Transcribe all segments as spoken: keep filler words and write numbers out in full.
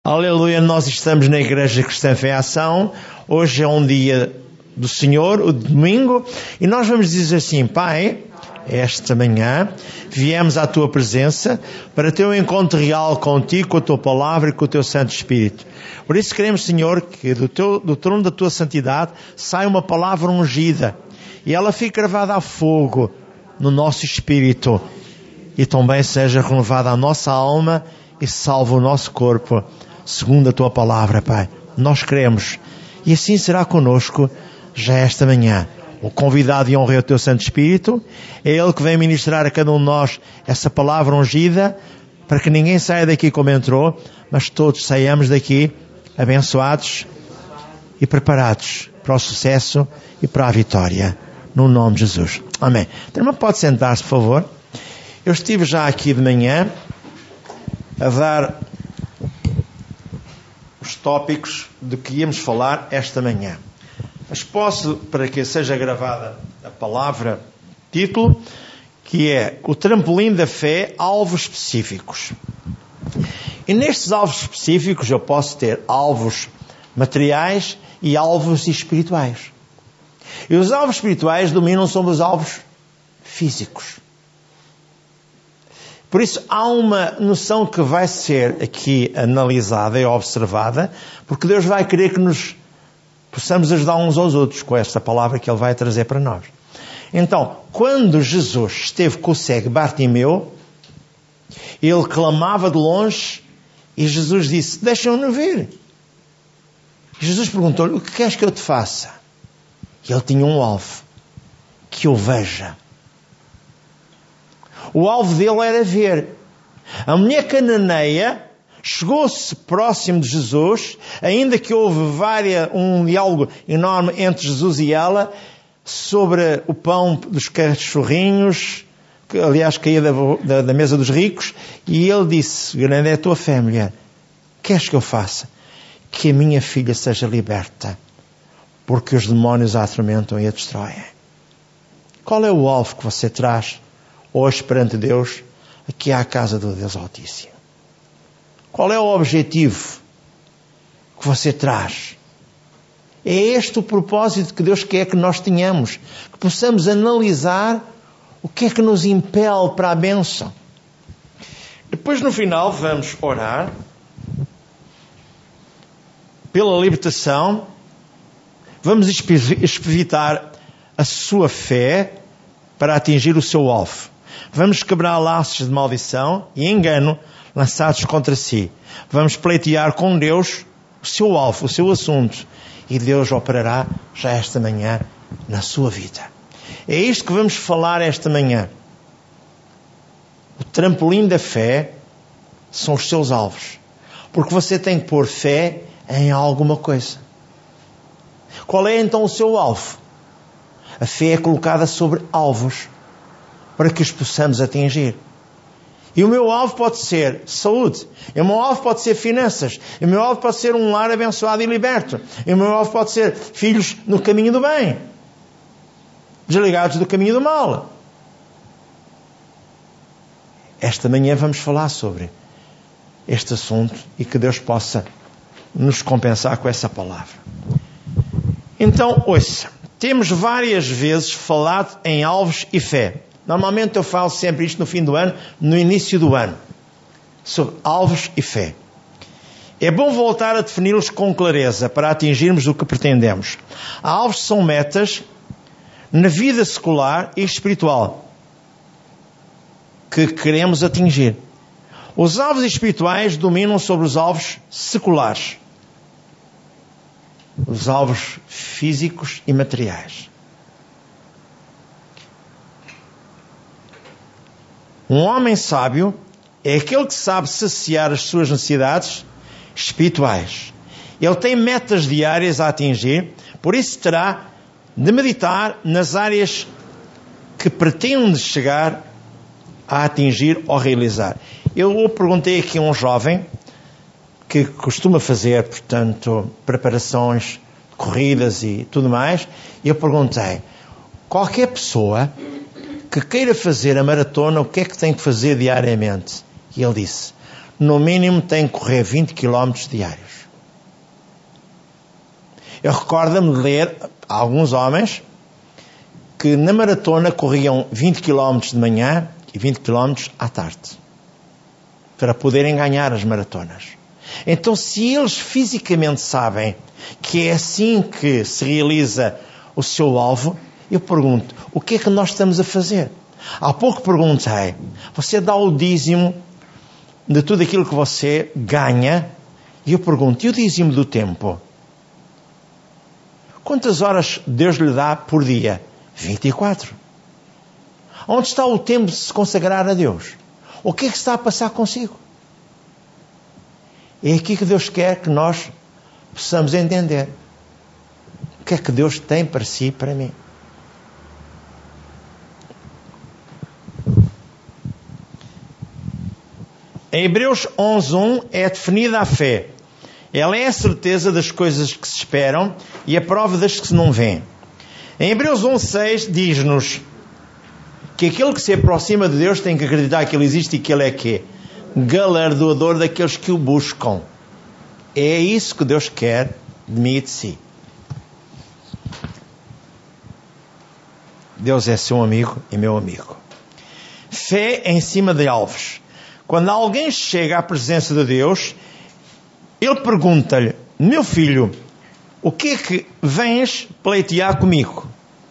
Aleluia, nós estamos na Igreja Cristã Fé em Ação. Hoje é um dia do Senhor, o domingo, e nós vamos dizer assim: Pai, esta manhã viemos à Tua presença para ter um encontro real contigo, com a Tua Palavra e com o Teu Santo Espírito. Por isso queremos, Senhor, que do, teu, do trono da Tua Santidade saia uma palavra ungida e ela fique gravada a fogo no nosso espírito e também seja renovada a nossa alma e salve o nosso corpo, segundo a Tua Palavra, Pai. Nós queremos, e assim será conosco já esta manhã. O convidado e honra é o Teu Santo Espírito, é Ele que vem ministrar a cada um de nós essa palavra ungida, para que ninguém saia daqui como entrou, mas todos saiamos daqui abençoados e preparados para o sucesso e para a vitória, no nome de Jesus. Amém. Então, irmão, pode sentar-se, por favor. Eu estive já aqui de manhã a dar os tópicos de que íamos falar esta manhã. Mas posso, para que seja gravada a palavra, título, que é o trampolim da fé, alvos específicos. E nestes alvos específicos eu posso ter alvos materiais e alvos espirituais. E os alvos espirituais dominam sobre os alvos físicos. Por isso há uma noção que vai ser aqui analisada e observada, porque Deus vai querer que nos possamos ajudar uns aos outros com esta palavra que Ele vai trazer para nós. Então, quando Jesus esteve com o cego Bartimeu, ele clamava de longe e Jesus disse: deixam-no ver. Jesus perguntou-lhe: o que queres que eu te faça? E ele tinha um alvo: que eu veja. O alvo dele era ver. A mulher cananeia chegou-se próximo de Jesus, ainda que houve várias, um diálogo enorme entre Jesus e ela sobre o pão dos cachorrinhos, que aliás caía da, da, da mesa dos ricos, e ele disse: grande é a tua fé, mulher. Queres que eu faça? Que a minha filha seja liberta, porque os demónios a atormentam e a destroem. Qual é o alvo que você traz hoje perante Deus, aqui à casa do Deus Altíssimo? Qual é o objetivo que você traz? É este o propósito que Deus quer que nós tenhamos, que possamos analisar o que é que nos impele para a bênção. Depois, no final, vamos orar pela libertação, vamos explicitar a sua fé para atingir o seu alvo. Vamos quebrar laços de maldição e engano lançados contra si. Vamos pleitear com Deus o seu alvo, o seu assunto. E Deus operará já esta manhã na sua vida. É isto que vamos falar esta manhã. O trampolim da fé são os seus alvos. Porque você tem que pôr fé em alguma coisa. Qual é então o seu alvo? A fé é colocada sobre alvos para que os possamos atingir. E o meu alvo pode ser saúde. E o meu alvo pode ser finanças. E o meu alvo pode ser um lar abençoado e liberto. E o meu alvo pode ser filhos no caminho do bem, desligados do caminho do mal. Esta manhã vamos falar sobre este assunto e que Deus possa nos compensar com essa palavra. Então, ouça. Temos várias vezes falado em alvos e fé. Normalmente eu falo sempre isto no fim do ano, no início do ano, sobre alvos e fé. É bom voltar a defini-los com clareza para atingirmos o que pretendemos. Alvos são metas na vida secular e espiritual que queremos atingir. Os alvos espirituais dominam sobre os alvos seculares, os alvos físicos e materiais. Um homem sábio é aquele que sabe saciar as suas necessidades espirituais. Ele tem metas diárias a atingir, por isso terá de meditar nas áreas que pretende chegar a atingir ou realizar. Eu perguntei aqui a um jovem que costuma fazer, portanto, preparações, corridas e tudo mais, e eu perguntei: qualquer pessoa que queira fazer a maratona, o que é que tem que fazer diariamente? E ele disse: no mínimo tem que correr vinte quilómetros diários. Eu recordo-me de ler alguns homens que na maratona corriam vinte quilómetros de manhã e vinte quilómetros à tarde, para poderem ganhar as maratonas. Então, se eles fisicamente sabem que é assim que se realiza o seu alvo, eu pergunto, o que é que nós estamos a fazer? Há pouco perguntei, você dá o dízimo de tudo aquilo que você ganha? E eu pergunto, e o dízimo do tempo? Quantas horas Deus lhe dá por dia? vinte e quatro. Onde está o tempo de se consagrar a Deus? O que é que está a passar consigo? É aqui que Deus quer que nós possamos entender. O que é que Deus tem para si e para mim? Em Hebreus onze, um é definida a fé. Ela é a certeza das coisas que se esperam e a prova das que se não vêem. Em Hebreus onze, seis diz-nos que aquele que se aproxima de Deus tem que acreditar que Ele existe e que Ele é quê? Galardoador daqueles que o buscam. É isso que Deus quer de mim e de si. Deus é seu amigo e meu amigo. Fé em cima de alvos. Quando alguém chega à presença de Deus, Ele pergunta-lhe, meu filho, o que é que vens pleitear comigo?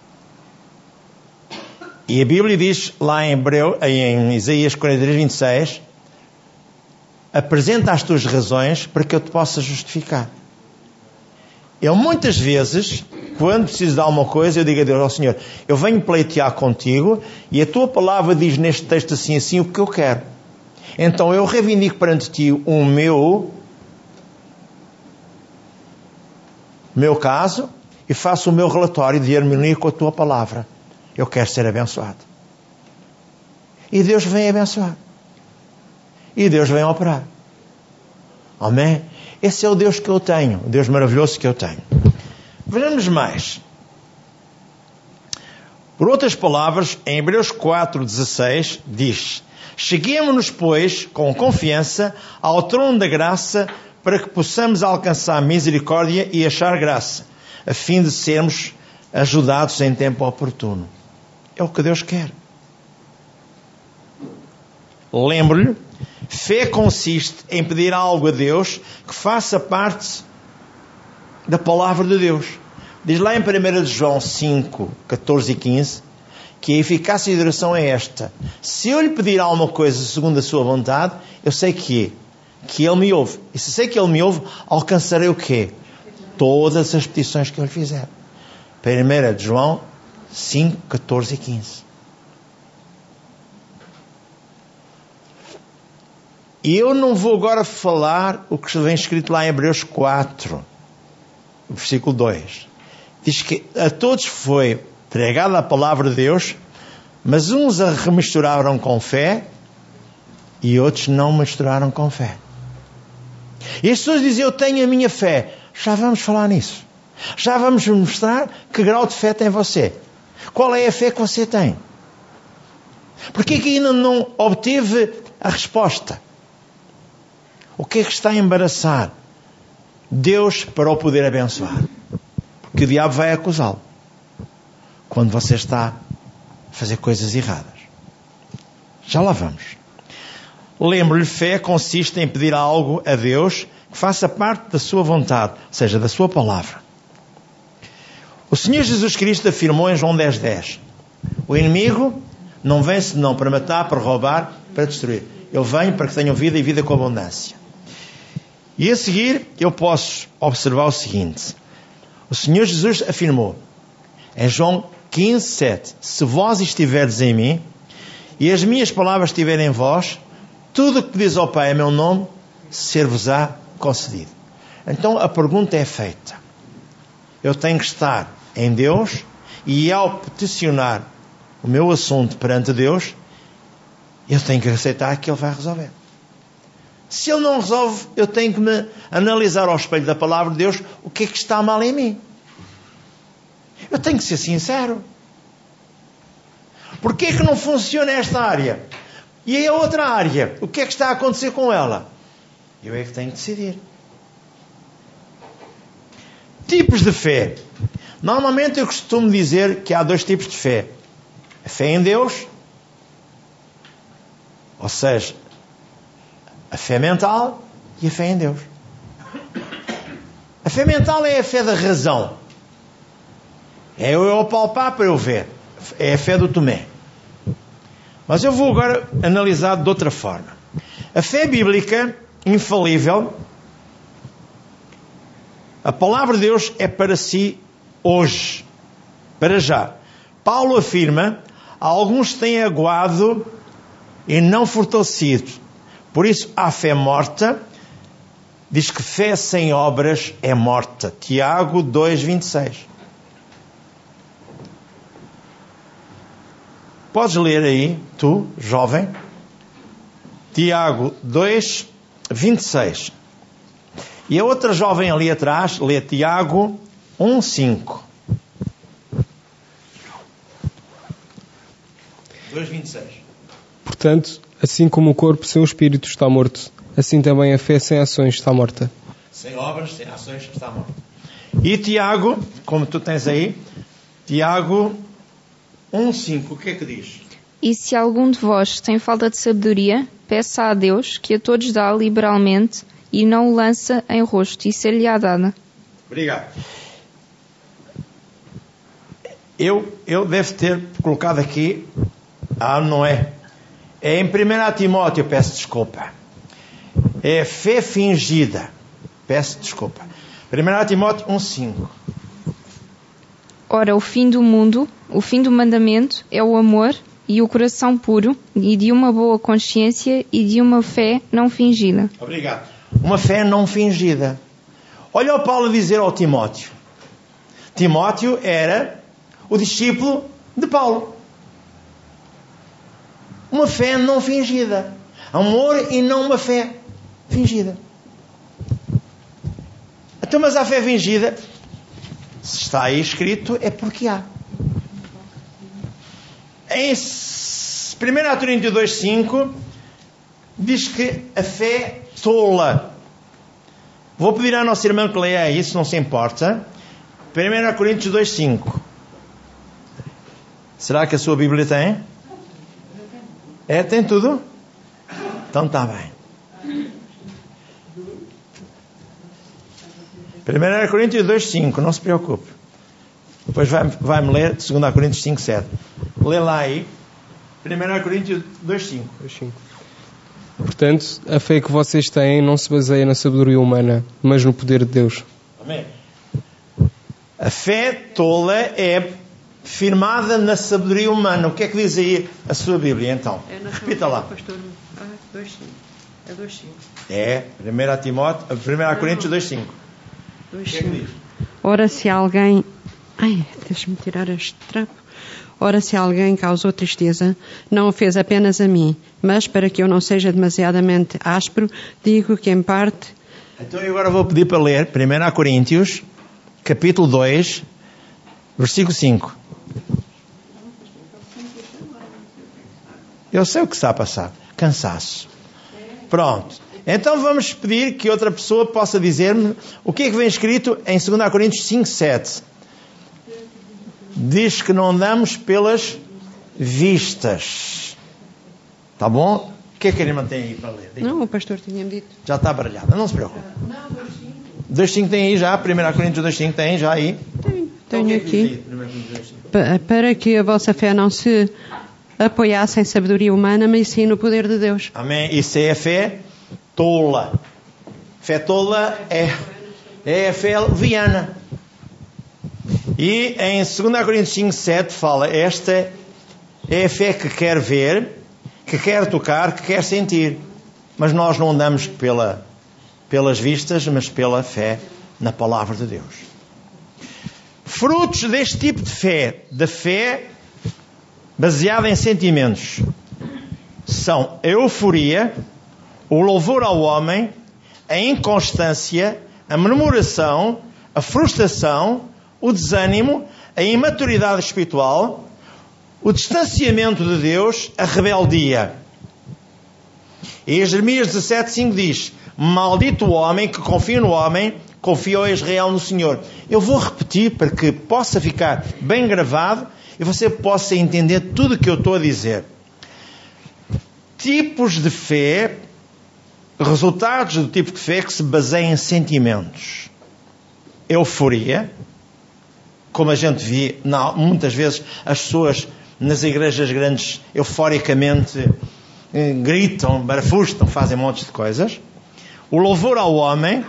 E a Bíblia diz lá em, Hebreu, em Isaías quarenta e três, vinte e seis, apresenta as tuas razões para que eu te possa justificar. Eu muitas vezes, quando preciso de alguma coisa, eu digo a Deus, ó Senhor, eu venho pleitear contigo e a tua palavra diz neste texto assim, assim, o que eu quero. Então eu reivindico perante ti o meu, meu caso e faço o meu relatório de harmonia com a tua palavra. Eu quero ser abençoado. E Deus vem abençoar. E Deus vem operar. Amém? Esse é o Deus que eu tenho. O Deus maravilhoso que eu tenho. Vejamos mais. Por outras palavras, em Hebreus quatro, dezesseis, diz: cheguemo-nos, pois, com confiança ao trono da graça, para que possamos alcançar misericórdia e achar graça, a fim de sermos ajudados em tempo oportuno. É o que Deus quer. Lembro-lhe, fé consiste em pedir algo a Deus que faça parte da palavra de Deus. Diz lá em primeira João cinco, catorze e quinze, que a eficácia de oração é esta: se eu lhe pedir alguma coisa segundo a sua vontade, eu sei que é, que Ele me ouve. E se sei que Ele me ouve, alcançarei o quê? Todas as petições que eu lhe fizer. primeira João cinco, catorze e quinze. E eu não vou agora falar o que vem escrito lá em Hebreus quatro, versículo dois. Diz que a todos foi pregada a palavra de Deus, mas uns a remisturaram com fé e outros não misturaram com fé. E as pessoas dizem, eu tenho a minha fé. Já vamos falar nisso. Já vamos mostrar que grau de fé tem você. Qual é a fé que você tem? Porque é que ainda não obteve a resposta? O que é que está a embaraçar Deus para o poder abençoar? Porque o diabo vai acusá-lo quando você está a fazer coisas erradas. Já lá vamos. Lembro-lhe, fé consiste em pedir algo a Deus que faça parte da sua vontade, ou seja, da sua palavra. O Senhor Jesus Cristo afirmou em João dez, dez: o inimigo não vem senão para matar, para roubar, para destruir. Eu venho para que tenham vida e vida com abundância. E a seguir eu posso observar o seguinte: o Senhor Jesus afirmou em João quinze, sete: se vós estiverdes em mim e as minhas palavras estiverem em vós, tudo o que pedis ao Pai em meu nome ser-vos-á concedido. Então a pergunta é feita. Eu tenho que estar em Deus e ao peticionar o meu assunto perante Deus, eu tenho que aceitar que Ele vai resolver. Se Ele não resolve, eu tenho que me analisar ao espelho da palavra de Deus o que é que está mal em mim. Eu tenho que ser sincero. Porquê é que não funciona esta área? E a outra área, o que é que está a acontecer com ela? Eu é que tenho que decidir. Tipos de fé. Normalmente eu costumo dizer que há dois tipos de fé. A fé em Deus, ou seja, a fé mental e a fé em Deus. A fé mental é a fé da razão. É eu ao palpar para eu ver. É a fé do Tomé. Mas eu vou agora analisar de outra forma. A fé bíblica, infalível, a palavra de Deus é para si hoje, para já. Paulo afirma, alguns têm aguado e não fortalecido. Por isso há fé morta. Diz que fé sem obras é morta. Tiago dois, vinte e seis. Podes ler aí, tu, jovem. Tiago dois, vinte e seis. E a outra jovem ali atrás lê Tiago um, cinco. dois, vinte e seis. Portanto, assim como o corpo sem o espírito está morto, assim também a fé sem ações está morta. Sem obras, sem ações está morta. E Tiago, como tu tens aí, Tiago um, cinco, o que é que diz? E se algum de vós tem falta de sabedoria, peça a Deus, que a todos dá liberalmente, e não o lança em rosto, e ser-lhe-á dada. Obrigado. Eu, eu devo ter colocado aqui, ah, não é? É em primeiro Timóteo, peço desculpa. É fé fingida. Peço desculpa. primeiro Timóteo um, cinco. Ora, o fim do mundo, o fim do mandamento, é o amor e o coração puro, e de uma boa consciência e de uma fé não fingida. Obrigado. Uma fé não fingida. Olha o Paulo a dizer ao Timóteo. Timóteo era o discípulo de Paulo. Uma fé não fingida. Amor e não uma fé fingida. Então, mas a fé fingida, se está aí escrito, é porque há. Em primeiro Coríntios dois, cinco, diz que a fé tola. Vou pedir à nossa irmã que leia isso, não se importa. primeiro Coríntios dois, cinco. Será que a sua Bíblia tem? É, tem tudo? Então está bem. primeiro Coríntios dois, cinco, não se preocupe. Depois vai-me vai ler dois Coríntios cinco, sete. Lê lá aí. primeiro Coríntios dois, cinco. Portanto, a fé que vocês têm não se baseia na sabedoria humana, mas no poder de Deus. Amém. A fé tola é firmada na sabedoria humana. O que é que diz aí a sua Bíblia, então? É na Repita lá. Pastor, ah, dois, cinco. É dois, cinco. É, primeiro Timóteo, primeiro Coríntios dois, cinco. O que é que diz? Ora, se alguém... Ai, deixa-me tirar este trapo. Ora, se alguém causou tristeza, não o fez apenas a mim, mas para que eu não seja demasiadamente áspero, digo que em parte... Então eu agora vou pedir para ler primeiro Coríntios, capítulo dois, versículo cinco. Eu sei o que está a passar. Cansaço. Pronto. Então vamos pedir que outra pessoa possa dizer-me o que é que vem escrito em dois Coríntios cinco, sete. Diz que não andamos pelas vistas. Está bom? O que é que a irmã tem aí para ler? Diga. Não, o pastor tinha-me dito. Já está baralhada, não se preocupe. dois, cinco tem aí já, primeiro Coríntios dois, cinco tem já aí. Tenho, Então, o tenho que é que diz aqui. aí, primeiro Coríntios dois, cinco? Pa- Para que a vossa fé não se apoiasse em sabedoria humana, mas sim no poder de Deus. Amém? Isso é a fé tola. Fé tola é, é a fé leviana. E em dois Coríntios cinco, sete fala, esta é a fé que quer ver, que quer tocar, que quer sentir. Mas nós não andamos pela, pelas vistas, mas pela fé na palavra de Deus. Frutos deste tipo de fé, da fé baseada em sentimentos, são a euforia, o louvor ao homem, a inconstância, a murmuração, a frustração, o desânimo, a imaturidade espiritual, o distanciamento de Deus, a rebeldia. E em Jeremias dezassete, cinco diz: Maldito o homem que confia no homem, confia a Israel no Senhor. Eu vou repetir para que possa ficar bem gravado e você possa entender tudo o que eu estou a dizer. Tipos de fé, resultados do tipo de fé que se baseiam em sentimentos. Euforia, como a gente vê não, muitas vezes as pessoas nas igrejas grandes euforicamente eh, gritam, barafustam, fazem montes de coisas. O louvor ao homem,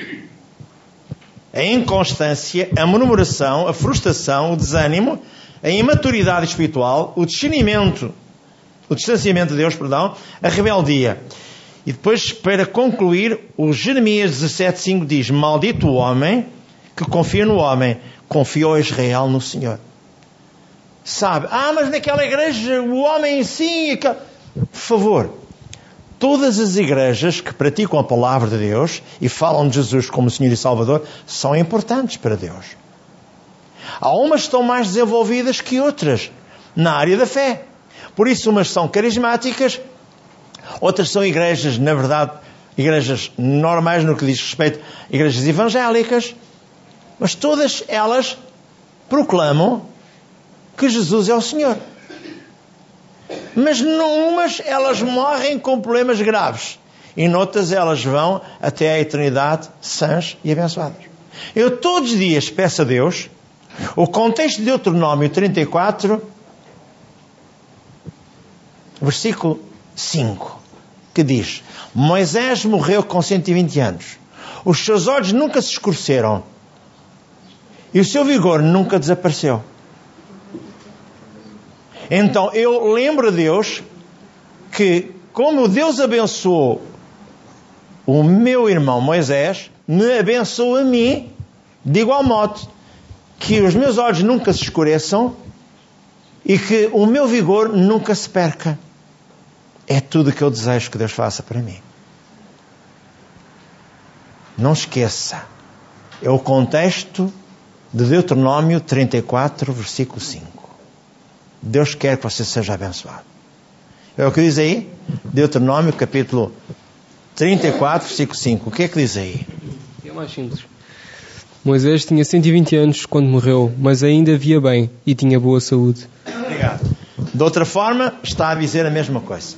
a inconstância, a murmuração, a frustração, o desânimo, a imaturidade espiritual, o discernimento, o distanciamento de Deus, perdão, a rebeldia. E depois, para concluir, o Jeremias dezassete, cinco diz: maldito o homem que confia no homem, confiou Israel no Senhor. Sabe, ah, mas naquela igreja o homem sim... Por favor, todas as igrejas que praticam a palavra de Deus e falam de Jesus como Senhor e Salvador são importantes para Deus. Há umas que estão mais desenvolvidas que outras na área da fé. Por isso, umas são carismáticas, outras são igrejas, na verdade, igrejas normais no que diz respeito a igrejas evangélicas, mas todas elas proclamam que Jesus é o Senhor. Mas numas elas morrem com problemas graves e noutras elas vão até à eternidade sãs e abençoadas. Eu todos os dias peço a Deus o contexto de Deuteronômio trinta e quatro, versículo cinco, que diz: Moisés morreu com cento e vinte anos, os seus olhos nunca se escureceram e o seu vigor nunca desapareceu. Então eu lembro a Deus que, como Deus abençoou o meu irmão Moisés, me abençoa a mim de igual modo, que os meus olhos nunca se escureçam e que o meu vigor nunca se perca. É tudo o que eu desejo que Deus faça para mim. Não esqueça, é o contexto de Deuteronômio trinta e quatro, versículo cinco. Deus quer que você seja abençoado. É o que diz aí? Deuteronômio capítulo trinta e quatro, versículo cinco. O que é que diz aí? É mais simples. Moisés tinha cento e vinte anos quando morreu, mas ainda via bem e tinha boa saúde. Obrigado. De outra forma, está a dizer a mesma coisa.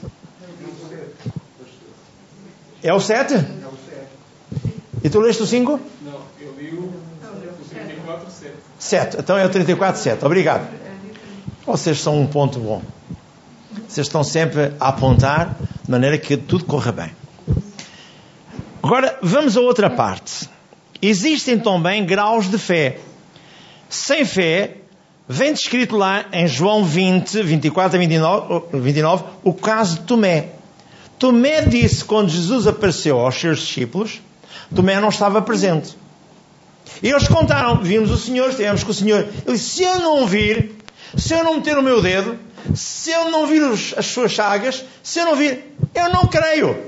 É o sete? E tu leste o cinco? Não, eu li o trinta e quatro, sete. sete. Então é o trinta e quatro, sete. Obrigado. Vocês são um ponto bom. Vocês estão sempre a apontar de maneira que tudo corra bem. Agora, vamos a outra parte. Existem também graus de fé. Sem fé, vem descrito lá em João vinte, vinte e quatro a vinte e nove, vinte e nove, o caso de Tomé. Tomé disse, quando Jesus apareceu aos seus discípulos, Tomé não estava presente. E eles contaram: vimos o Senhor, estivemos com o Senhor. Ele disse: se eu não vir, se eu não meter o meu dedo, se eu não vir os, as suas chagas, se eu não vir, eu não creio.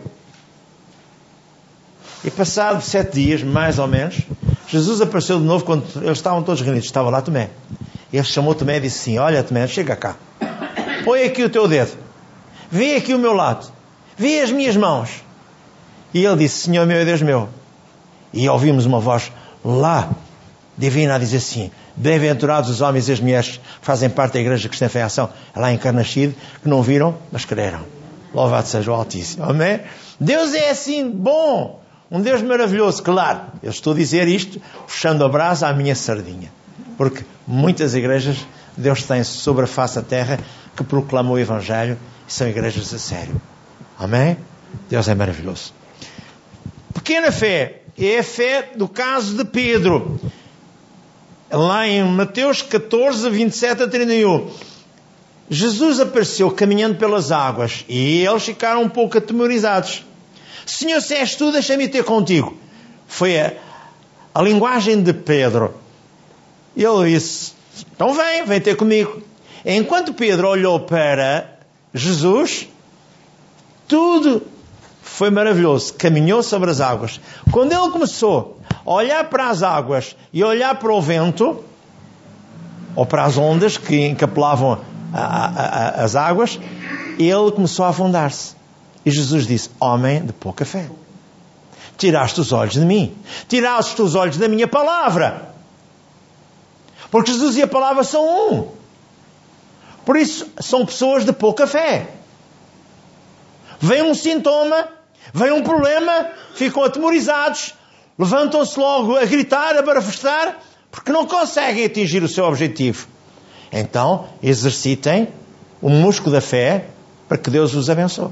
E passado sete dias, mais ou menos, Jesus apareceu de novo quando eles estavam todos reunidos. Estava lá Tomé. Ele chamou Tomé e disse assim: olha Tomé, chega cá. Põe aqui o teu dedo. Vê aqui o meu lado. Vê as minhas mãos. E ele disse: Senhor meu e Deus meu. E ouvimos uma voz lá divina a dizer assim: bem-aventurados os homens e as mulheres que fazem parte da igreja cristã em ação, lá em Carnachide, que não viram, mas creram. Louvado seja o Altíssimo. Amém? Deus é assim bom, um Deus maravilhoso. Claro, eu estou a dizer isto puxando a brasa à minha sardinha, porque muitas igrejas Deus tem sobre a face da terra que proclamam o Evangelho e são igrejas a sério. Amém? Deus é maravilhoso. Pequena fé é a fé do caso de Pedro. Lá em Mateus catorze, vinte e sete a trinta e um. Jesus apareceu caminhando pelas águas e eles ficaram um pouco atemorizados. Senhor, se és tu, deixa-me ter contigo. Foi a, a linguagem de Pedro. E ele disse: então vem, vem ter comigo. Enquanto Pedro olhou para Jesus, tudo foi maravilhoso. Caminhou sobre as águas. Quando ele começou a olhar para as águas e a olhar para o vento, ou para as ondas que encapelavam a, a, a, as águas, ele começou a afundar-se. E Jesus disse: homem de pouca fé. tiraste os olhos de mim. Tiraste os olhos da minha palavra. Porque Jesus e a palavra são um. Por isso, são pessoas de pouca fé. Vem um sintoma, vem um problema, ficam atemorizados, levantam-se logo a gritar, a barafustar, porque não conseguem atingir o seu objetivo. Então, exercitem o músculo da fé para que Deus os abençoe.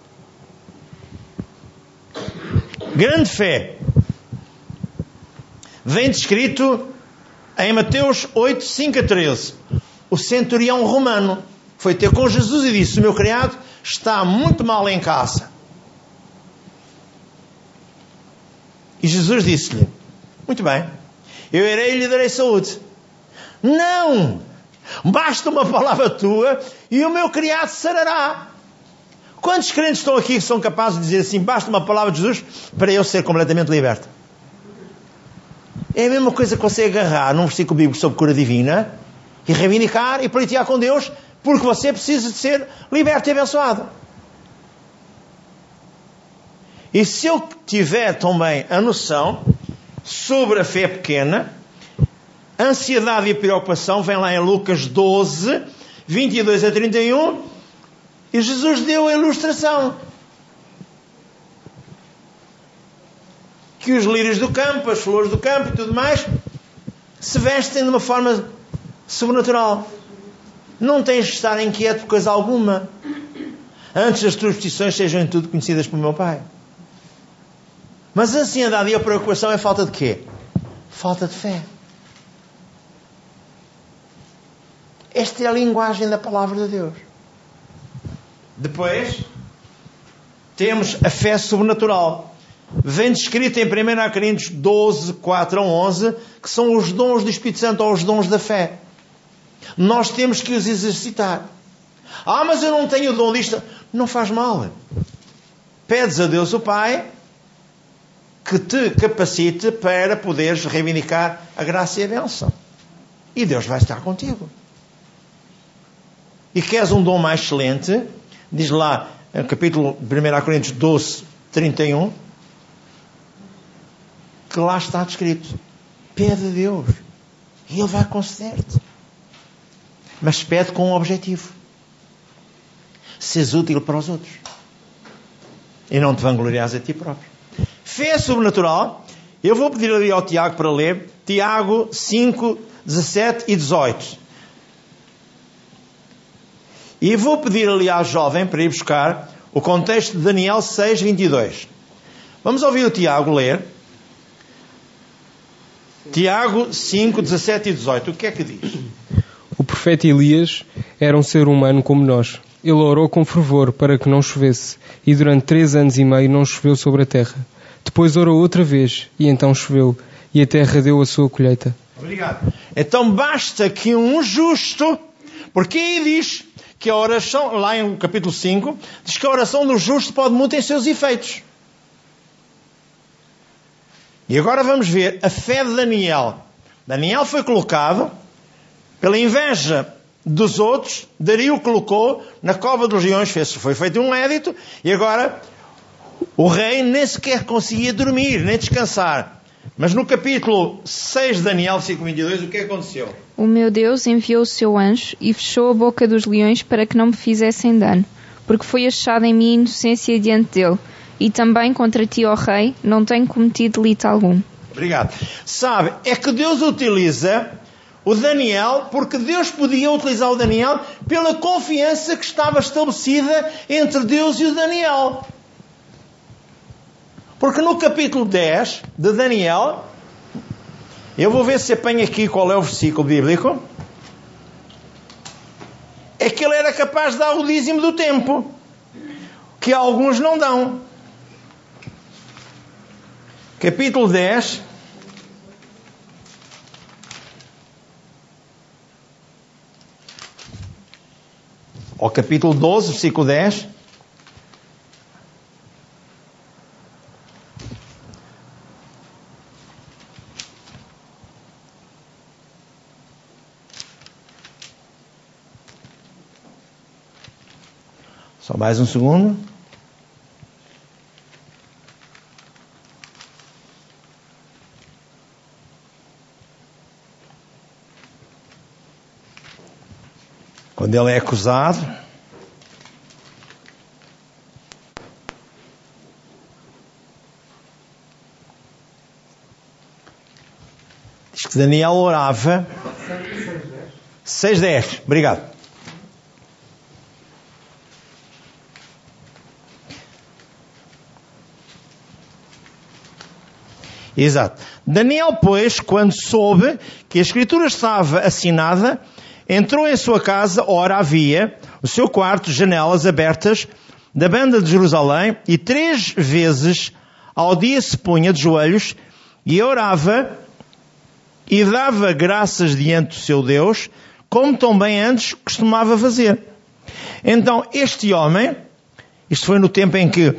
Grande fé. Vem descrito em Mateus oito, cinco a treze. O centurião romano foi ter com Jesus e disse: o meu criado está muito mal em casa. E Jesus disse-lhe: muito bem, eu irei e lhe darei saúde. Não! Basta uma palavra tua e o meu criado sarará. Quantos crentes estão aqui que são capazes de dizer assim: basta uma palavra de Jesus para eu ser completamente liberto? É a mesma coisa que você agarrar num versículo bíblico sobre cura divina e reivindicar e pleitear com Deus, porque você precisa de ser liberto e abençoado. E se eu tiver também a noção sobre a fé pequena, a ansiedade e a preocupação, vem lá em Lucas doze, vinte e dois a trinta e um, e Jesus deu a ilustração. Que os lírios do campo, as flores do campo e tudo mais, se vestem de uma forma sobrenatural. Não tens de estar inquieto por coisa alguma. Antes as tuas petições sejam em tudo conhecidas pelo meu Pai. Mas a ansiedade e a preocupação é falta de quê? Falta de fé. Esta é a linguagem da palavra de Deus. Depois, temos a fé sobrenatural. Vem descrito em primeira Coríntios doze, quatro a onze, que são os dons do Espírito Santo ou os dons da fé. Nós temos que os exercitar. Ah, mas eu não tenho o dom disto. Não faz mal. Pedes a Deus o Pai que te capacite para poderes reivindicar a graça e a bênção. E Deus vai estar contigo. E queres um dom mais excelente? Diz lá, no capítulo primeira Coríntios doze, trinta e um, que lá está descrito: pede a Deus e Ele vai conceder-te. Mas pede com um objetivo: seres útil para os outros e não te vangloriares a ti próprio. Fé sobrenatural. Eu vou pedir ali ao Tiago para ler Tiago cinco, dezassete e dezoito. E vou pedir ali ao jovem para ir buscar o contexto de Daniel seis, vinte e dois. Vamos ouvir o Tiago ler. Tiago cinco, dezassete e dezoito. O que é que diz? O profeta Elias era um ser humano como nós. Ele orou com fervor para que não chovesse, e durante três anos e meio não choveu sobre a terra. Depois orou outra vez, e então choveu, e a terra deu a sua colheita. Obrigado. Então basta que um justo, porque aí diz que a oração, lá em capítulo cinco, diz que a oração do justo pode muito em seus efeitos. E agora vamos ver a fé de Daniel. Daniel foi colocado pela inveja dos outros. Dario o colocou na cova dos leões, fez, foi feito um édito, e agora o rei nem sequer conseguia dormir, nem descansar. Mas no capítulo seis de Daniel, versículo vinte e dois, o que aconteceu? O meu Deus enviou o seu anjo e fechou a boca dos leões para que não me fizessem dano, porque foi achada em mim inocência diante dele. E também contra ti, ó rei, não tenho cometido delito algum. Obrigado. Sabe, é que Deus utiliza o Daniel, porque Deus podia utilizar o Daniel pela confiança que estava estabelecida entre Deus e o Daniel. Porque no capítulo dez de Daniel, eu vou ver se apanho aqui qual é o versículo bíblico, é que ele era capaz de dar o dízimo do tempo, que alguns não dão. Capítulo dez, ou capítulo doze, versículo dez. Só mais um segundo. quando ele é acusado, diz que Daniel orava. seis dez, obrigado. Exato. Daniel, pois, quando soube que a escritura estava assinada, entrou em sua casa. Ora, havia o seu quarto, janelas abertas da banda de Jerusalém, e três vezes ao dia se punha de joelhos e orava e dava graças diante do seu Deus, como também antes costumava fazer. Então, este homem, isto foi no tempo em que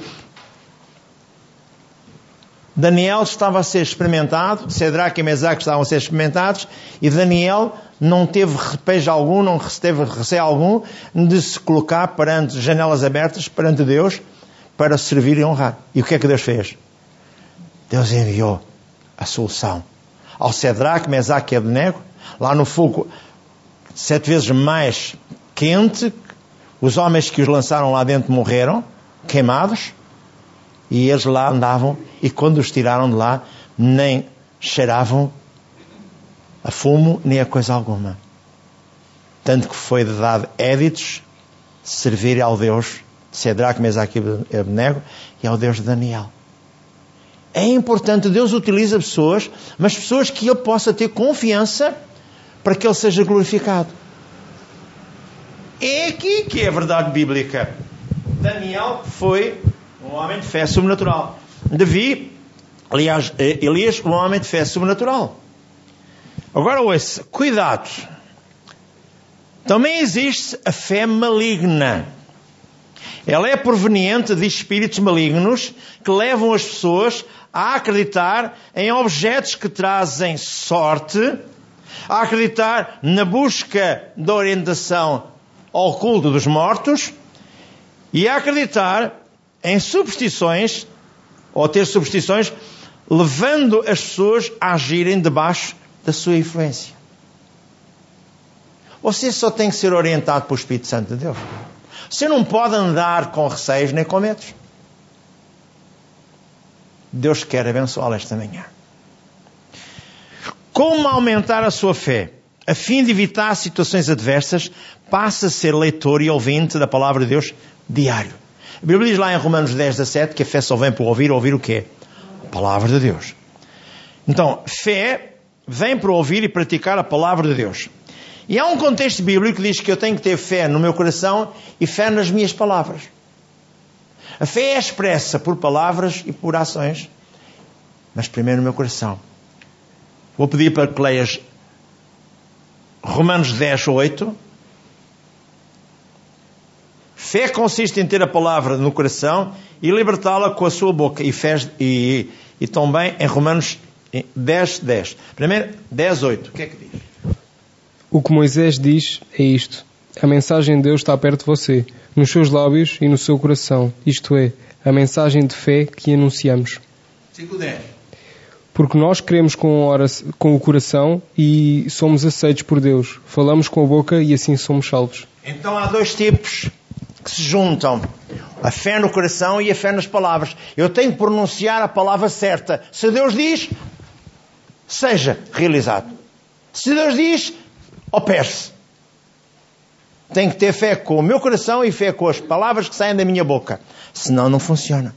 Daniel estava a ser experimentado, Cedraque e Mesaque estavam a ser experimentados, e Daniel não teve repejo algum, não teve receio algum de se colocar perante janelas abertas, perante Deus, para servir e honrar. E o que é que Deus fez? Deus enviou a solução ao Cedraque, Mesaque e Abednego, lá no fogo sete vezes mais quente. Os homens que os lançaram lá dentro morreram, queimados, e eles lá andavam, e quando os tiraram de lá, nem cheiravam a fumo, nem a coisa alguma. Tanto que foi dado éditos de servir ao Deus de Cedraque, Mesaque e Abednego e ao Deus de Daniel. É importante, Deus utiliza pessoas, mas pessoas que Ele possa ter confiança para que Ele seja glorificado. É aqui que é a verdade bíblica. Daniel foi um homem de fé sobrenatural. Davi, aliás, Elias, um homem de fé sobrenatural. Agora ouça, cuidado. Também existe a fé maligna. Ela é proveniente de espíritos malignos que levam as pessoas a acreditar em objetos que trazem sorte, a acreditar na busca da orientação ao culto dos mortos e a acreditar em superstições, ou ter superstições, levando as pessoas a agirem debaixo da sua influência. Você só tem que ser orientado pelo Espírito Santo de Deus. Você não pode andar com receios nem com medos. Deus quer abençoá-lo esta manhã. Como aumentar a sua fé? A fim de evitar situações adversas, passa a ser leitor e ouvinte da palavra de Deus diário. A Bíblia diz lá em Romanos dez, dezassete que a fé só vem por ouvir. Ouvir o quê? A palavra de Deus. Então, fé vem por ouvir e praticar a palavra de Deus. E há um contexto bíblico que diz que eu tenho que ter fé no meu coração e fé nas minhas palavras. A fé é expressa por palavras e por ações, mas primeiro no meu coração. Vou pedir para que leias Romanos dez, oito. Fé consiste em ter a palavra no coração e libertá-la com a sua boca. E, fé, e, e também em Romanos dez, dez. Primeiro, dez, oito. O que é que diz? O que Moisés diz é isto: a mensagem de Deus está perto de você, nos seus lábios e no seu coração. Isto é, a mensagem de fé que anunciamos. cinco, dez. Porque nós cremos com, oração, com o coração e somos aceitos por Deus. Falamos com a boca e assim somos salvos. Então há dois tipos que se juntam: a fé no coração e a fé nas palavras. Eu tenho que pronunciar a palavra certa. Se Deus diz, seja realizado. Se Deus diz, opere-se. Tenho que ter fé com o meu coração e fé com as palavras que saem da minha boca. Senão não funciona.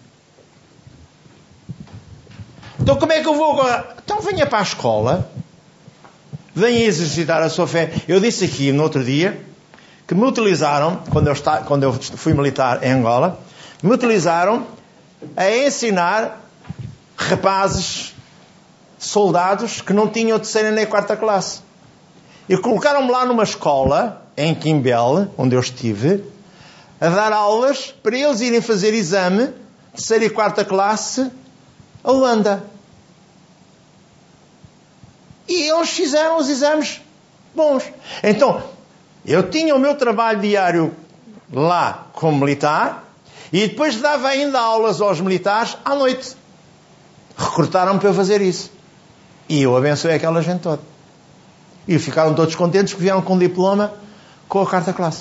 Então como é que eu vou agora? Então venha para a escola. Venha exercitar a sua fé. Eu disse aqui no outro dia que me utilizaram, quando eu, está, quando eu fui militar em Angola, me utilizaram a ensinar rapazes, soldados que não tinham terceira nem quarta classe. E colocaram-me lá numa escola, em Quimbel, onde eu estive, a dar aulas para eles irem fazer exame, terceira e quarta classe, a Luanda. E eles fizeram os exames bons. Então, eu tinha o meu trabalho diário lá como militar e depois dava ainda aulas aos militares à noite. Recrutaram-me para eu fazer isso. E eu abençoei aquela gente toda. E ficaram todos contentes que vieram com um diploma com a quarta classe.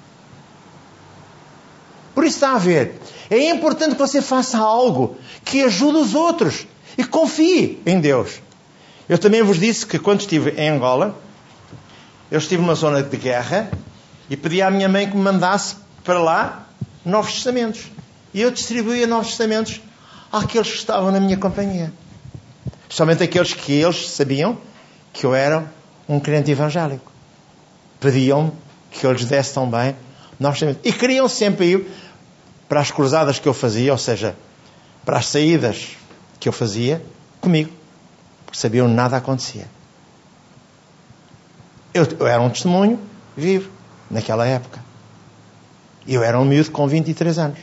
Por isso está a ver. É importante que você faça algo que ajude os outros e confie em Deus. Eu também vos disse que quando estive em Angola, eu estive numa zona de guerra e pedi à minha mãe que me mandasse para lá Novos Testamentos. E eu distribuía Novos Testamentos àqueles que estavam na minha companhia. Somente aqueles que eles sabiam que eu era um crente evangélico. Pediam-me que eu lhes desse também Novos Testamentos. E queriam sempre ir para as cruzadas que eu fazia, ou seja, para as saídas que eu fazia, comigo. Porque sabiam que nada acontecia. Eu, eu era um testemunho vivo naquela época. Eu era um miúdo com vinte e três anos.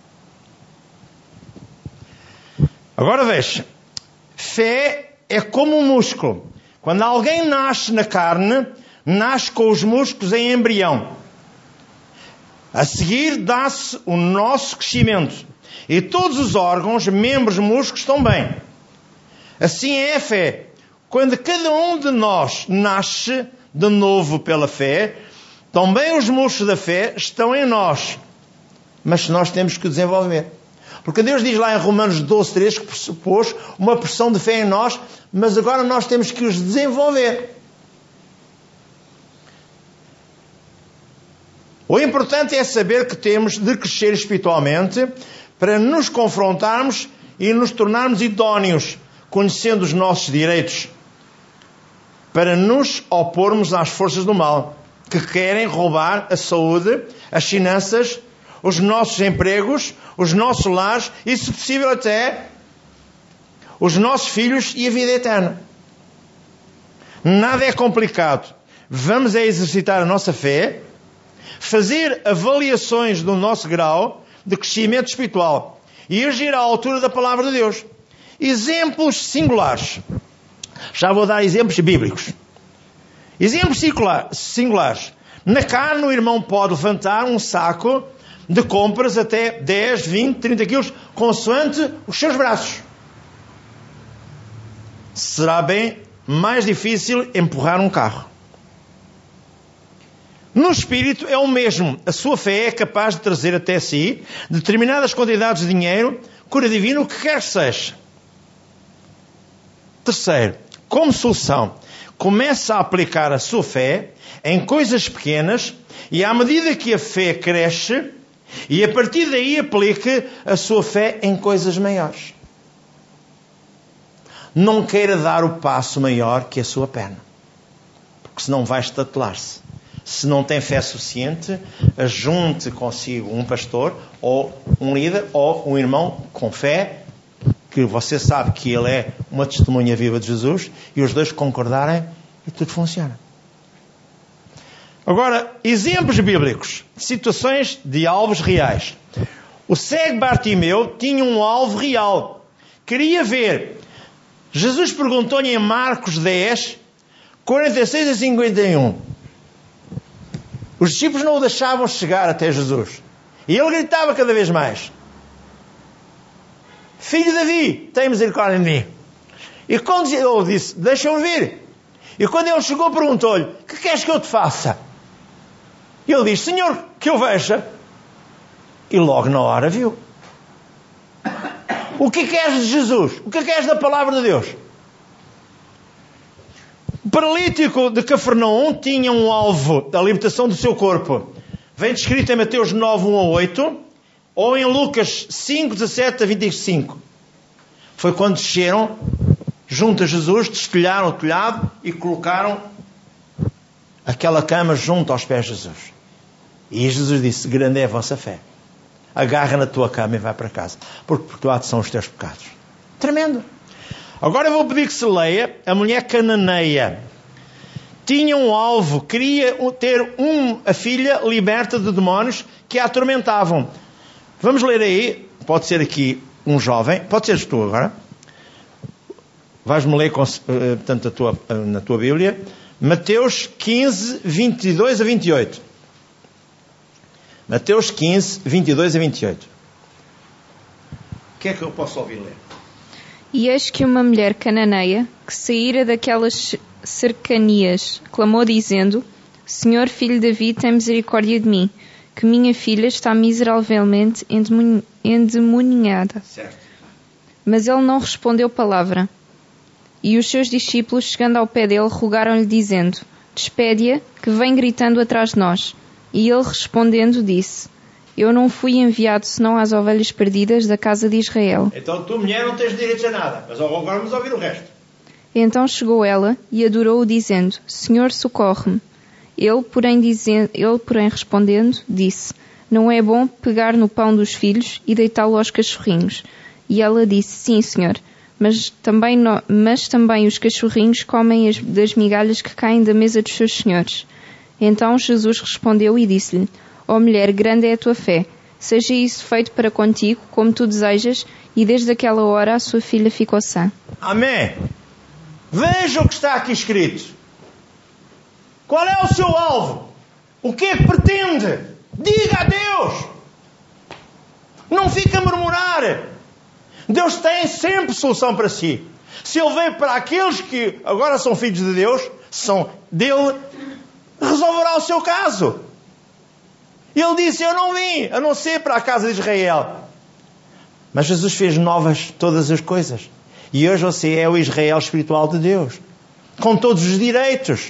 Agora veja. Fé é como um músculo. Quando alguém nasce na carne, nasce com os músculos em embrião. A seguir dá-se o nosso crescimento. E todos os órgãos, membros, músculos também. Assim é a fé. Quando cada um de nós nasce de novo pela fé, também os músculos da fé estão em nós. Mas nós temos que desenvolver. Porque Deus diz lá em Romanos doze, três que pressupôs uma porção de fé em nós, mas agora nós temos que os desenvolver. O importante é saber que temos de crescer espiritualmente para nos confrontarmos e nos tornarmos idóneos, conhecendo os nossos direitos, para nos opormos às forças do mal, que querem roubar a saúde, as finanças, os nossos empregos, os nossos lares e, se possível, até os nossos filhos e a vida eterna. Nada é complicado. Vamos é exercitar a nossa fé, fazer avaliações do nosso grau de crescimento espiritual e agir à altura da palavra de Deus. Exemplos singulares. Já vou dar exemplos bíblicos. Exemplos singulares. Na carne, o irmão pode levantar um saco de compras até dez, vinte, trinta quilos, consoante os seus braços. Será bem mais difícil empurrar um carro. No espírito é o mesmo. A sua fé é capaz de trazer até si determinadas quantidades de dinheiro, cura divina, o que quer que seja. Terceiro, como solução, comece a aplicar a sua fé em coisas pequenas e à medida que a fé cresce, e a partir daí aplique a sua fé em coisas maiores. Não queira dar o passo maior que a sua perna, porque senão vai estatelar-se. Se não tem fé suficiente, ajunte consigo um pastor, ou um líder, ou um irmão com fé, que você sabe que ele é uma testemunha viva de Jesus, e os dois concordarem e tudo funciona. Agora, exemplos bíblicos, situações de alvos reais. O cego Bartimeu tinha um alvo real. Queria ver. Jesus perguntou-lhe em Marcos dez, quarenta e seis a cinquenta e um. Os discípulos não o deixavam chegar até Jesus. E ele gritava cada vez mais: Filho de Davi, tem misericórdia de mim. E quando ele disse: deixa-me vir. E quando ele chegou, perguntou-lhe: que queres que eu te faça? E ele disse: Senhor, que eu veja. E logo na hora viu. O que queres de Jesus? O que queres da palavra de Deus? O paralítico de Cafarnaum tinha um alvo, a libertação do seu corpo. Vem descrito em Mateus nove, um a oito, ou em Lucas cinco, dezassete a vinte e cinco. Foi quando desceram junto a Jesus, destelharam o telhado e colocaram aquela cama junto aos pés de Jesus. E Jesus disse: grande é a vossa fé. Agarra na tua cama e vai para casa, porque perdoados são os teus pecados. Tremendo. Agora eu vou pedir que se leia a mulher cananeia. Tinha um alvo, queria ter um, a filha liberta de demónios que a atormentavam. Vamos ler aí, pode ser aqui um jovem, pode ser tu agora. Vais-me ler com, portanto, a tua, na tua Bíblia, Mateus quinze, vinte e dois a vinte e oito. Mateus quinze, vinte e dois a vinte e oito. O que é que eu posso ouvir ler? E eis que uma mulher cananeia, que saíra daquelas cercanias, clamou dizendo: Senhor, filho de Davi, tem misericórdia de mim, que minha filha está miseravelmente endemoniada. Certo. Mas ele não respondeu palavra. E os seus discípulos, chegando ao pé dele, rogaram-lhe, dizendo: Despede-a, que vem gritando atrás de nós. E ele, respondendo, disse: Eu não fui enviado senão às ovelhas perdidas da casa de Israel. Então tu, mulher, não tens direito a nada, mas agora vamos ouvir o resto. Então chegou ela e adorou-o, dizendo: Senhor, socorre-me. Ele porém, dizendo, ele, porém, respondendo, disse: Não é bom pegar no pão dos filhos e deitá-lo aos cachorrinhos. E ela disse: Sim, senhor, mas também, no, mas também os cachorrinhos comem as, das migalhas que caem da mesa dos seus senhores. Então Jesus respondeu e disse-lhe: Ó mulher, grande é a tua fé. Seja isso feito para contigo, como tu desejas. E desde aquela hora a sua filha ficou sã. Amém. Veja o que está aqui escrito. Qual é o seu alvo? O que é que pretende? Diga a Deus. Não fique a murmurar. Deus tem sempre solução para si. Se Ele veio para aqueles que agora são filhos de Deus, são dele, resolverá o seu caso. Ele disse: Eu não vim a não ser para a casa de Israel. Mas Jesus fez novas todas as coisas. E hoje você é o Israel espiritual de Deus, com todos os direitos.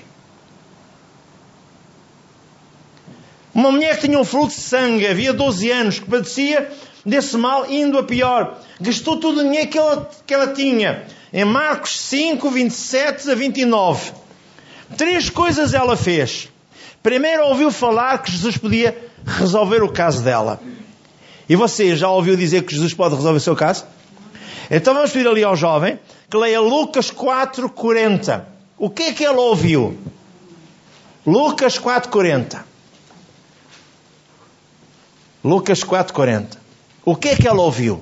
Uma mulher que tinha um fluxo de sangue, havia doze anos, que padecia desse mal, indo a pior. Gastou todo o dinheiro que ela, que ela tinha. Em Marcos cinco, vinte e sete a vinte e nove. Três coisas ela fez. Primeiro, ouviu falar que Jesus podia resolver o caso dela. E você já ouviu dizer que Jesus pode resolver o seu caso? Então vamos pedir ali ao jovem que leia Lucas quatro, quarenta. O que é que ele ouviu? Lucas quatro, quarenta. Lucas quatro, quarenta. O que é que ela ouviu?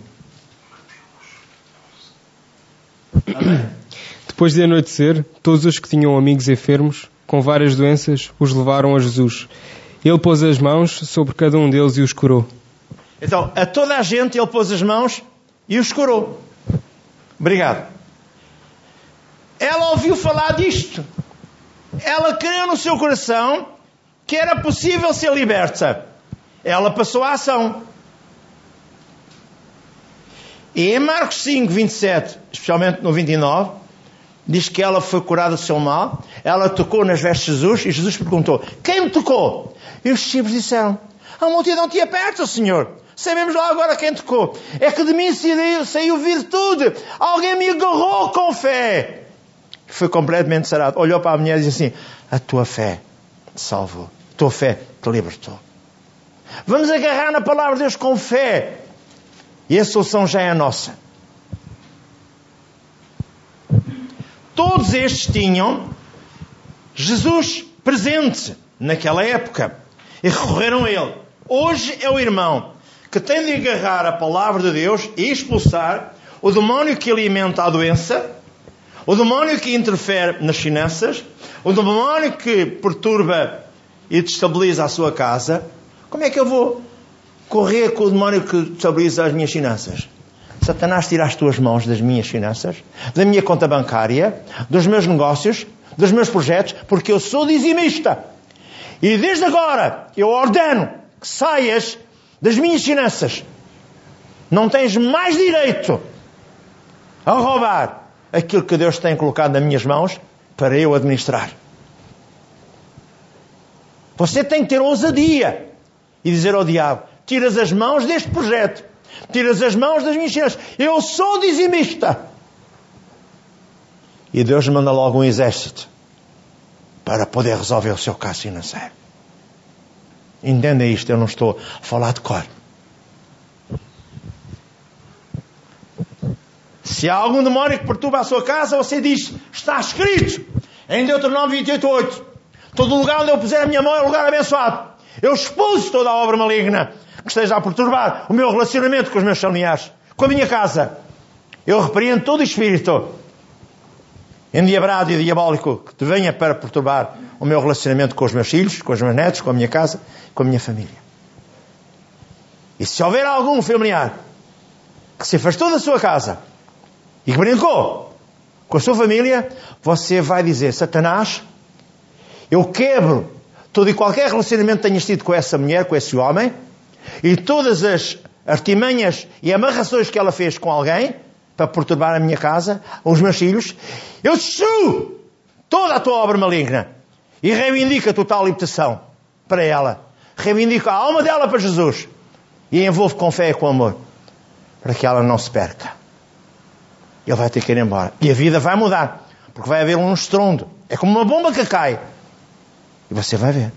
Depois de anoitecer, todos os que tinham amigos enfermos, com várias doenças, os levaram a Jesus. Ele pôs as mãos sobre cada um deles e os curou. Então, a toda a gente ele pôs as mãos e os curou. Obrigado. Ela ouviu falar disto. Ela creu no seu coração que era possível ser liberta. Ela passou a ação. E em Marcos cinco, vinte e sete, especialmente no vinte e nove, diz que ela foi curada do seu mal. Ela tocou nas vestes de Jesus e Jesus perguntou: Quem me tocou? E os discípulos disseram: A multidão te aperta, Senhor. Sabemos lá agora quem tocou. É que de mim saiu, saiu virtude. Alguém me agarrou com fé. Foi completamente sarado. Olhou para a mulher e disse assim: A tua fé te salvou. A tua fé te libertou. Vamos agarrar na palavra de Deus com fé. E a solução já é nossa. Todos estes tinham Jesus presente naquela época e recorreram a Ele. Hoje é o irmão que tem de agarrar a palavra de Deus e expulsar o demónio que alimenta a doença, o demónio que interfere nas finanças, o demónio que perturba e destabiliza a sua casa. Como é que eu vou correr com o demónio que destabiliza as minhas finanças? Satanás, tira as tuas mãos das minhas finanças, da minha conta bancária, dos meus negócios, dos meus projetos, porque eu sou dizimista. E desde agora eu ordeno que saias das minhas finanças. Não tens mais direito a roubar aquilo que Deus tem colocado nas minhas mãos para eu administrar. Você tem que ter ousadia e dizer ao diabo: tiras as mãos deste projeto, tiras as mãos das minhas finanças, eu sou dizimista. E Deus manda logo um exército para poder resolver o seu caso financeiro. Entenda isto, eu não estou a falar de cor. Se há algum demónio que perturba a sua casa, você diz: está escrito em Deuteronômio vinte e oito, oito: todo lugar onde eu puser a minha mão é um lugar abençoado. Eu expulso toda a obra maligna que esteja a perturbar o meu relacionamento com os meus familiares, com a minha casa. Eu repreendo todo o espírito endiabrado e diabólico que te venha para perturbar o meu relacionamento com os meus filhos, com os meus netos, com a minha casa, com a minha família. E se houver algum familiar que se afastou da sua casa e que brincou com a sua família, você vai dizer: Satanás, eu quebro todo e qualquer relacionamento que tenhas tido com essa mulher, com esse homem, e todas as artimanhas e amarrações que ela fez com alguém, para perturbar a minha casa, os meus filhos, eu destruo toda a tua obra maligna e reivindico a total libertação para ela. Reivindico a alma dela para Jesus e a envolvo com fé e com amor, para que ela não se perca. Ele vai ter que ir embora. E a vida vai mudar, porque vai haver um estrondo. É como uma bomba que cai. E você vai ver.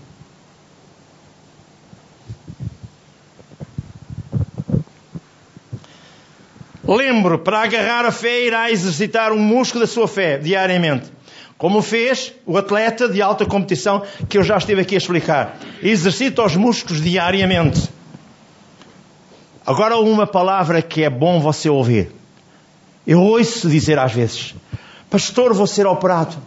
Lembro, para agarrar a fé, irá exercitar um músculo da sua fé diariamente. Como fez o atleta de alta competição, que eu já estive aqui a explicar. Exercita os músculos diariamente. Agora uma palavra que é bom você ouvir. Eu ouço dizer às vezes: pastor, vou ser operado.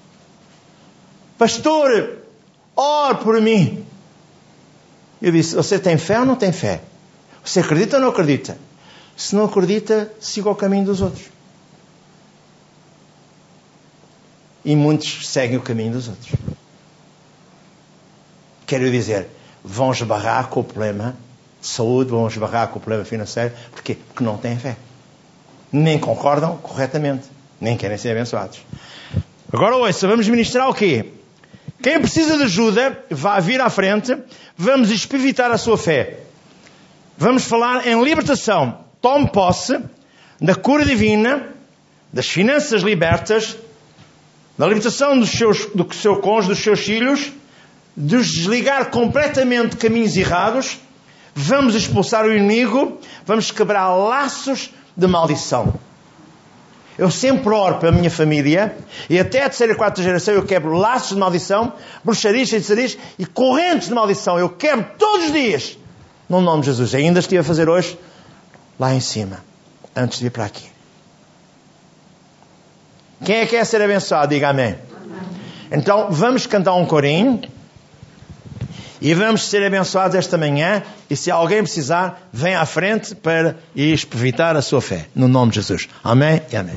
Pastor, ore por mim. Eu disse: você tem fé ou não tem fé? Você acredita ou não acredita? Se não acredita, siga o caminho dos outros. E muitos seguem o caminho dos outros. Quero dizer, vão esbarrar com o problema de saúde, vão esbarrar com o problema financeiro. Porquê? Porque não têm fé. Nem concordam corretamente. Nem querem ser abençoados. Agora ouça, vamos ministrar o quê? Quem precisa de ajuda, vá vir à frente. Vamos espivitar a sua fé. Vamos falar em libertação. Tome posse da cura divina, das finanças libertas, da libertação dos seus, do seu cônjuge, dos seus filhos, de os desligar completamente de caminhos errados. Vamos expulsar o inimigo, vamos quebrar laços de maldição. Eu sempre oro para a minha família, e até a terceira e quarta geração eu quebro laços de maldição, bruxarias, feitiçarias e correntes de maldição. Eu quebro todos os dias, no nome de Jesus. Ainda estive a fazer hoje, lá em cima, antes de vir para aqui. Quem é que quer ser abençoado? Diga amém. Amém. Então vamos cantar um corinho e vamos ser abençoados esta manhã. E se alguém precisar, vem à frente para espivitar a sua fé, no nome de Jesus. Amém e amém.